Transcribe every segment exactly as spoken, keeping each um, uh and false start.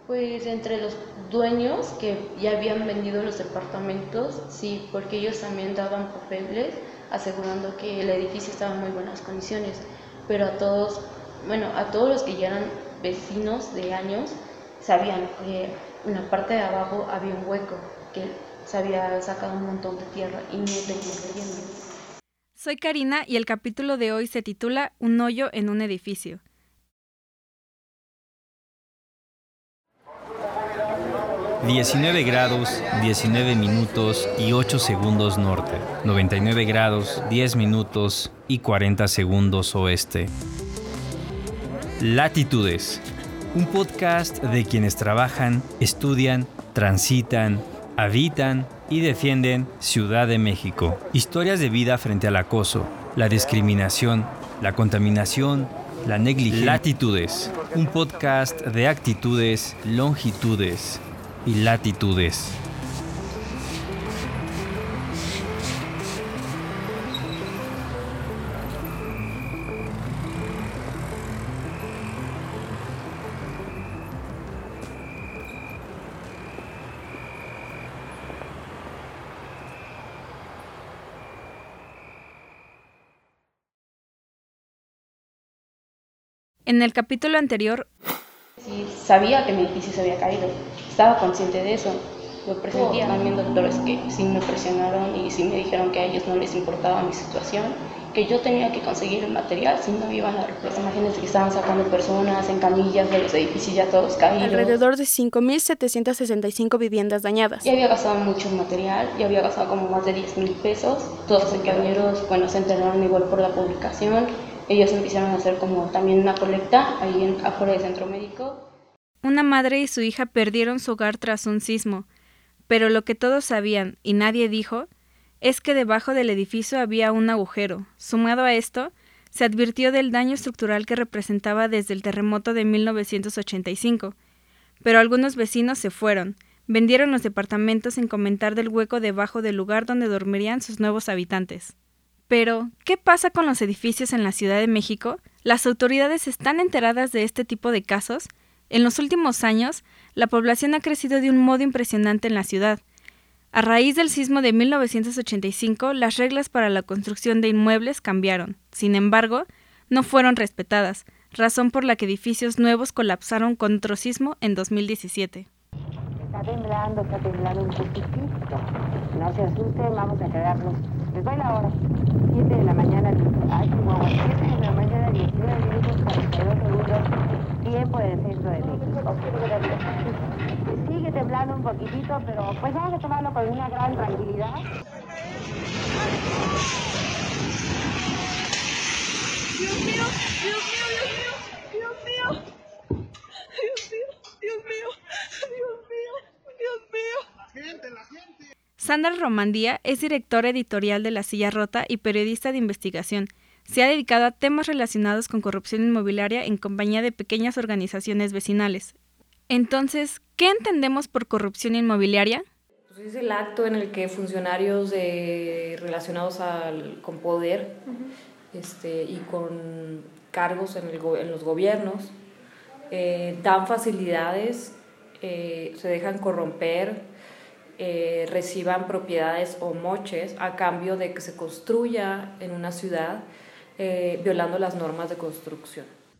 Pues entre los dueños que ya habían vendido los departamentos, sí, porque ellos también daban papeles asegurando que el edificio estaba en muy buenas condiciones, pero a todos, bueno, a todos los que ya eran vecinos de años, sabían que en la parte de abajo había un hueco, que se había sacado un montón de tierra y no tenían vivienda. Soy Karina y el capítulo de hoy se titula Un hoyo en un edificio. diecinueve grados, diecinueve minutos y ocho segundos norte, noventa y nueve grados, diez minutos y cuarenta segundos oeste. Latitudes, un podcast de quienes trabajan, estudian, transitan, habitan y defienden Ciudad de México. Historias de vida frente al acoso, la discriminación, la contaminación, la negligencia. Latitudes, un podcast de actitudes, longitudes y latitudes. En el capítulo anterior, Sí, sabía que mi edificio se había caído, estaba consciente de eso, lo presentía. También doctores que sí me presionaron y sí me dijeron que a ellos no les importaba mi situación, que yo tenía que conseguir el material, si no iban a las imágenes de que estaban sacando personas en camillas de los edificios ya todos caídos. Alrededor de cinco mil setecientas sesenta y cinco viviendas dañadas. Ya había gastado mucho material, ya había gastado como más de diez mil pesos, todos los ingenieros, bueno, se enteraron igual por la publicación. Ellos empezaron a hacer como también una colecta ahí en, afuera del centro médico. Una madre y su hija perdieron su hogar tras un sismo, pero lo que todos sabían y nadie dijo es que debajo del edificio había un agujero. Sumado a esto, se advirtió del daño estructural que representaba desde el terremoto de mil novecientos ochenta y cinco, pero algunos vecinos se fueron, vendieron los departamentos sin comentar del hueco debajo del lugar donde dormirían sus nuevos habitantes. Pero, ¿qué pasa con los edificios en la Ciudad de México? ¿Las autoridades están enteradas de este tipo de casos? En los últimos años, la población ha crecido de un modo impresionante en la ciudad. A raíz del sismo de mil novecientos ochenta y cinco, las reglas para la construcción de inmuebles cambiaron. Sin embargo, no fueron respetadas, razón por la que edificios nuevos colapsaron con otro sismo en dos mil diecisiete. Está temblando, está temblando un poquitito. No se asusten, vamos a quedarnos. Les doy la hora. siete de la mañana, ay, Chihuahua, siete de la mañana, diecinueve minutos, cuarenta y dos segundos, tiempo del centro de México. Sigue temblando un poquitito, pero pues vamos a tomarlo con una gran tranquilidad. Dios mío, Dios mío, Dios mío, Dios mío, Dios mío, Dios mío, Dios mío, Dios mío. Gente, la gente. Sandra Romandía es directora editorial de La Silla Rota y periodista de investigación. Se ha dedicado a temas relacionados con corrupción inmobiliaria en compañía de pequeñas organizaciones vecinales. Entonces, ¿qué entendemos por corrupción inmobiliaria? Pues es el acto en el que funcionarios de, relacionados al, con poder uh-huh. este, y con cargos en, el, en los gobiernos eh, dan facilidades, eh, se dejan corromper, Eh, reciban propiedades o moches a cambio de que se construya en una ciudad eh, violando las normas de construcción.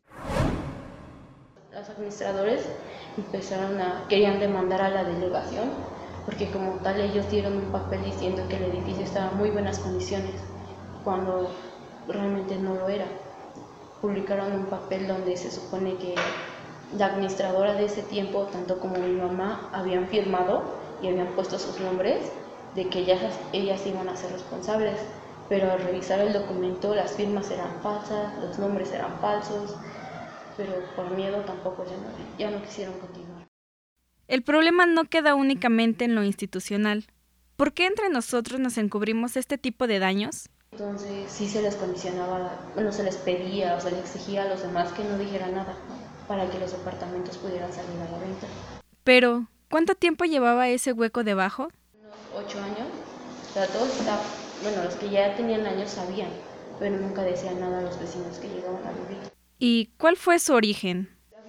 Los administradores empezaron a, querían demandar a la delegación porque como tal ellos dieron un papel diciendo que el edificio estaba en muy buenas condiciones cuando realmente no lo era. Publicaron un papel donde se supone que la administradora de ese tiempo, tanto como mi mamá, habían firmado y habían puesto sus nombres de que ellas, ellas iban a ser responsables, pero al revisar el documento las firmas eran falsas, los nombres eran falsos, pero por miedo tampoco ya no, ya no quisieron continuar. El problema no queda únicamente en lo institucional. ¿Por qué entre nosotros nos encubrimos este tipo de daños? Entonces sí se les condicionaba, bueno, se les pedía o se les exigía a los demás que no dijeran nada para que los departamentos pudieran salir a la venta. Pero ¿cuánto tiempo llevaba ese hueco debajo? Unos ocho años. O sea, todos estaban, bueno, los que ya tenían años sabían, pero nunca decían nada a los vecinos que llegaban a vivir. ¿Y cuál fue su origen?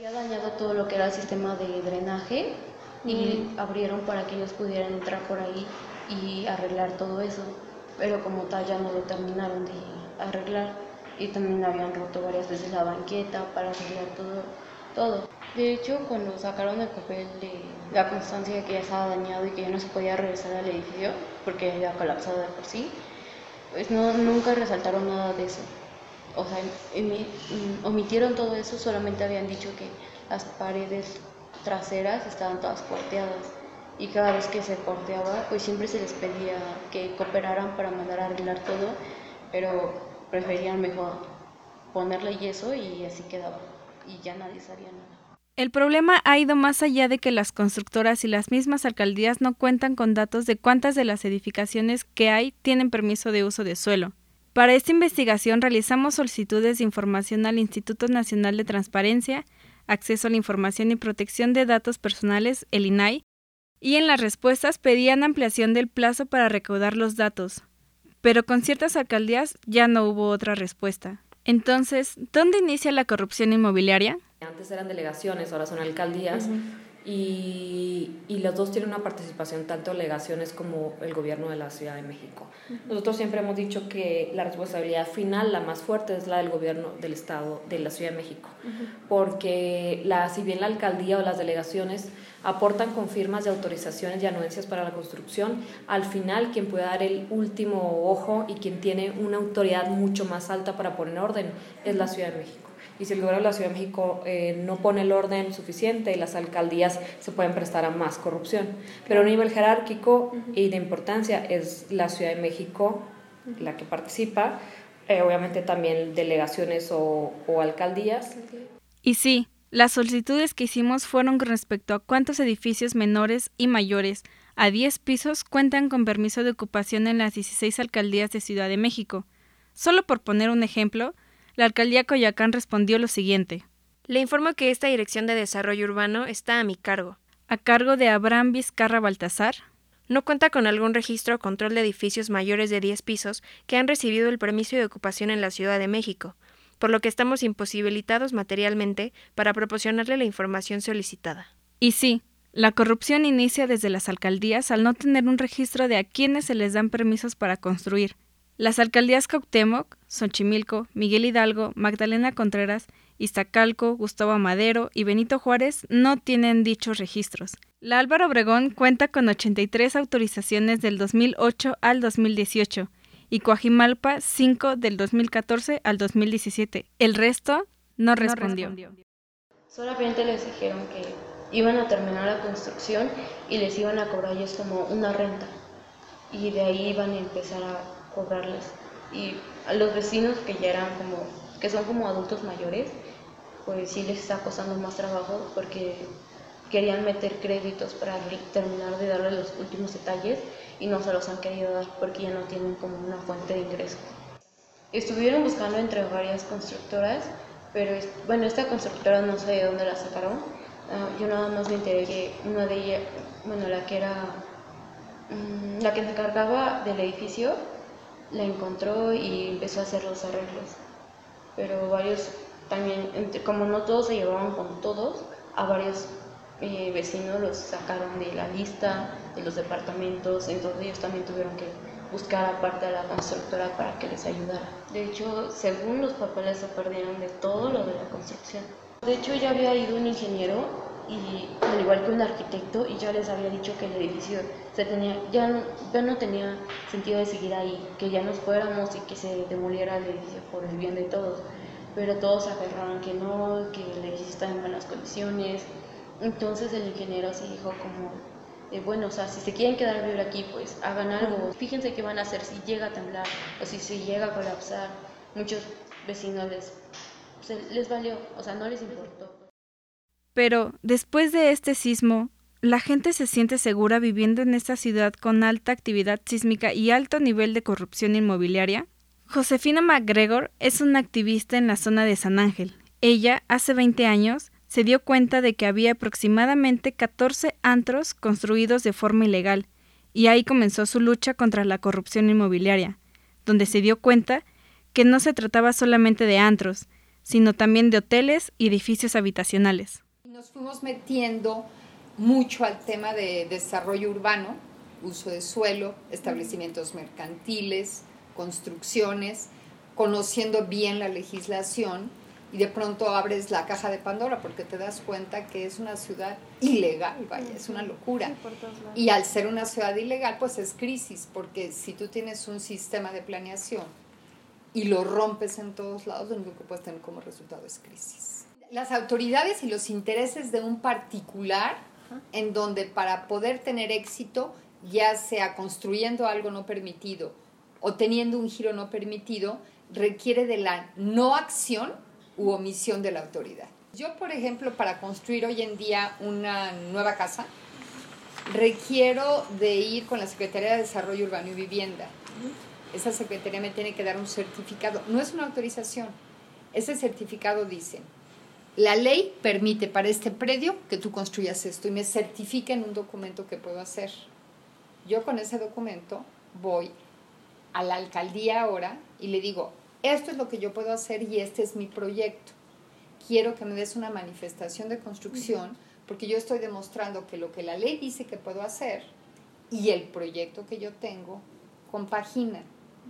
Había dañado todo lo que era el sistema de drenaje y mm. abrieron para que ellos pudieran entrar por ahí y arreglar todo eso, pero como tal ya no lo terminaron de arreglar y también habían roto varias veces la banqueta para arreglar todo, todo. De hecho, cuando sacaron el papel de la constancia de que ya estaba dañado y que ya no se podía regresar al edificio porque había colapsado de por sí, pues no, nunca resaltaron nada de eso. O sea, omitieron todo eso, solamente habían dicho que las paredes traseras estaban todas cuarteadas y cada vez que se cuarteaba, pues siempre se les pedía que cooperaran para mandar a arreglar todo, pero preferían mejor ponerle yeso y así quedaba y ya nadie sabía nada. El problema ha ido más allá de que las constructoras y las mismas alcaldías no cuentan con datos de cuántas de las edificaciones que hay tienen permiso de uso de suelo. Para esta investigación realizamos solicitudes de información al Instituto Nacional de Transparencia, Acceso a la Información y Protección de Datos Personales, el I N A I, y en las respuestas pedían ampliación del plazo para recaudar los datos, pero con ciertas alcaldías ya no hubo otra respuesta. Entonces, ¿dónde inicia la corrupción inmobiliaria? Antes eran delegaciones, ahora son alcaldías. Uh-huh. Y, y los dos tienen una participación, tanto delegaciones como el gobierno de la Ciudad de México. Uh-huh. Nosotros siempre hemos dicho que la responsabilidad final, la más fuerte, es la del gobierno del Estado de la Ciudad de México, uh-huh. porque la, si bien la alcaldía o las delegaciones aportan con firmas de autorizaciones y anuencias para la construcción, al final quien puede dar el último ojo y quien tiene una autoridad mucho más alta para poner orden es la Ciudad de México. Y si el gobierno de la Ciudad de México eh, no pone el orden suficiente, las alcaldías se pueden prestar a más corrupción. Pero a nivel jerárquico uh-huh. y de importancia es la Ciudad de México uh-huh. la que participa, eh, obviamente también delegaciones o, o alcaldías. Y sí, las solicitudes que hicimos fueron con respecto a cuántos edificios menores y mayores a diez pisos cuentan con permiso de ocupación en las dieciséis alcaldías de Ciudad de México. Solo por poner un ejemplo, la alcaldía Coyoacán respondió lo siguiente. Le informo que esta Dirección de Desarrollo Urbano está a mi cargo. A cargo de Abraham Vizcarra Baltasar. No cuenta con algún registro o control de edificios mayores de diez pisos que han recibido el permiso de ocupación en la Ciudad de México, por lo que estamos imposibilitados materialmente para proporcionarle la información solicitada. Y sí, la corrupción inicia desde las alcaldías al no tener un registro de a quienes se les dan permisos para construir. Las alcaldías Cuauhtémoc, Xochimilco, Miguel Hidalgo, Magdalena Contreras, Iztacalco, Gustavo Amadero y Benito Juárez no tienen dichos registros. La Álvaro Obregón cuenta con ochenta y tres autorizaciones del dos mil ocho al dos mil dieciocho y Coajimalpa cinco del dos mil catorce al dos mil diecisiete. El resto no respondió. No respondió. Solamente les dijeron que iban a terminar la construcción y les iban a cobrar ellos como una renta y de ahí iban a empezar a cobrarles. Y a los vecinos que ya eran como, que son como adultos mayores, pues sí les está costando más trabajo porque querían meter créditos para terminar de darle los últimos detalles y no se los han querido dar porque ya no tienen como una fuente de ingreso. Estuvieron buscando entre varias constructoras, pero bueno, esta constructora no sé de dónde la sacaron. Uh, yo nada más me enteré que una de ellas, bueno, la que era um, la que se encargaba del edificio, la encontró y empezó a hacer los arreglos. Pero varios también, entre, como no todos se llevaban con todos, a varios eh, vecinos los sacaron de la lista de los departamentos, entonces ellos también tuvieron que buscar aparte a la constructora para que les ayudara. De hecho, según los papeles se perdieron de todo lo de la construcción. De hecho, ya había ido un ingeniero, y al igual que un arquitecto, y ya les había dicho que el edificio se tenía, ya, no, ya no tenía sentido de seguir ahí, que ya nos fuéramos y que se demoliera el edificio por el bien de todos. Pero todos se aferraron que no, que el edificio estaba en buenas condiciones. Entonces el ingeniero sí dijo como, eh, bueno, o sea, si se quieren quedar a vivir aquí, pues hagan algo. Fíjense qué van a hacer si llega a temblar o si se llega a colapsar. Muchos vecinos les, se, les valió, o sea, no les importó. Pero, después de este sismo, ¿la gente se siente segura viviendo en esta ciudad con alta actividad sísmica y alto nivel de corrupción inmobiliaria? Josefina McGregor es una activista en la zona de San Ángel. Ella, hace veinte años, se dio cuenta de que había aproximadamente catorce antros construidos de forma ilegal, y ahí comenzó su lucha contra la corrupción inmobiliaria, donde se dio cuenta que no se trataba solamente de antros, sino también de hoteles y edificios habitacionales. Nos fuimos metiendo mucho al tema de desarrollo urbano, uso de suelo, establecimientos mercantiles, construcciones, conociendo bien la legislación, y de pronto abres la caja de Pandora porque te das cuenta que es una ciudad ilegal, vaya, es una locura. Y al ser una ciudad ilegal, pues es crisis, porque si tú tienes un sistema de planeación y lo rompes en todos lados, lo único que puedes tener como resultado es crisis. Las autoridades y los intereses de un particular, en donde para poder tener éxito, ya sea construyendo algo no permitido o teniendo un giro no permitido, requiere de la no acción u omisión de la autoridad. Yo, por ejemplo, para construir hoy en día una nueva casa, requiero de ir con la Secretaría de Desarrollo Urbano y Vivienda. Esa secretaría me tiene que dar un certificado, no es una autorización. Ese certificado dice: la ley permite para este predio que tú construyas esto, y me certifica en un documento que puedo hacer. Yo con ese documento voy a la alcaldía ahora y le digo: esto es lo que yo puedo hacer y este es mi proyecto. Quiero que me des una manifestación de construcción, porque yo estoy demostrando que lo que la ley dice que puedo hacer y el proyecto que yo tengo compaginan.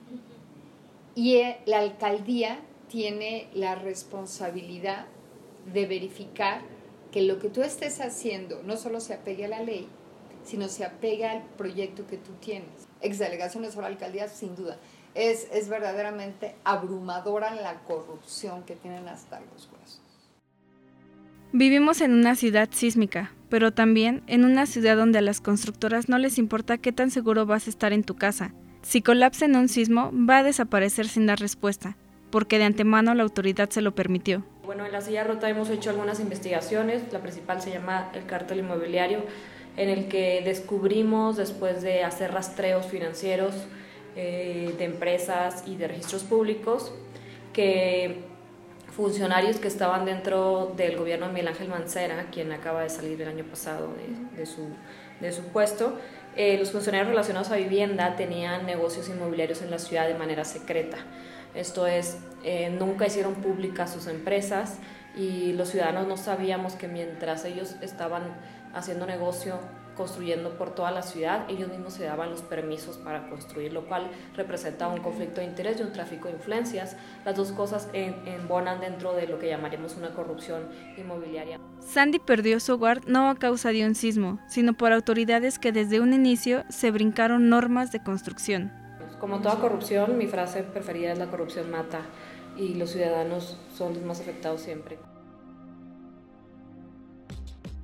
Y la alcaldía tiene la responsabilidad de verificar que lo que tú estés haciendo no solo se apegue a la ley, sino se apegue al proyecto que tú tienes. Exdelegaciones o la alcaldía, sin duda. Es, es verdaderamente abrumadora la corrupción que tienen hasta los huesos. Vivimos en una ciudad sísmica, pero también en una ciudad donde a las constructoras no les importa qué tan seguro vas a estar en tu casa. Si colapsa en un sismo, va a desaparecer sin dar respuesta, porque de antemano la autoridad se lo permitió. Bueno, en La Silla Rota hemos hecho algunas investigaciones. La principal se llama el cártel inmobiliario, en el que descubrimos, después de hacer rastreos financieros eh, de empresas y de registros públicos, que funcionarios que estaban dentro del gobierno de Miguel Ángel Mancera, quien acaba de salir el año pasado de, de, su, de su puesto, eh, los funcionarios relacionados a vivienda tenían negocios inmobiliarios en la ciudad de manera secreta. Esto es, eh, nunca hicieron públicas sus empresas y los ciudadanos no sabíamos que mientras ellos estaban haciendo negocio, construyendo por toda la ciudad, ellos mismos se daban los permisos para construir, lo cual representa un conflicto de interés y un tráfico de influencias. Las dos cosas en, embonan dentro de lo que llamaríamos una corrupción inmobiliaria. Sandy perdió su hogar no a causa de un sismo, sino por autoridades que desde un inicio se brincaron normas de construcción. Como toda corrupción, mi frase preferida es: la corrupción mata, y los ciudadanos son los más afectados siempre.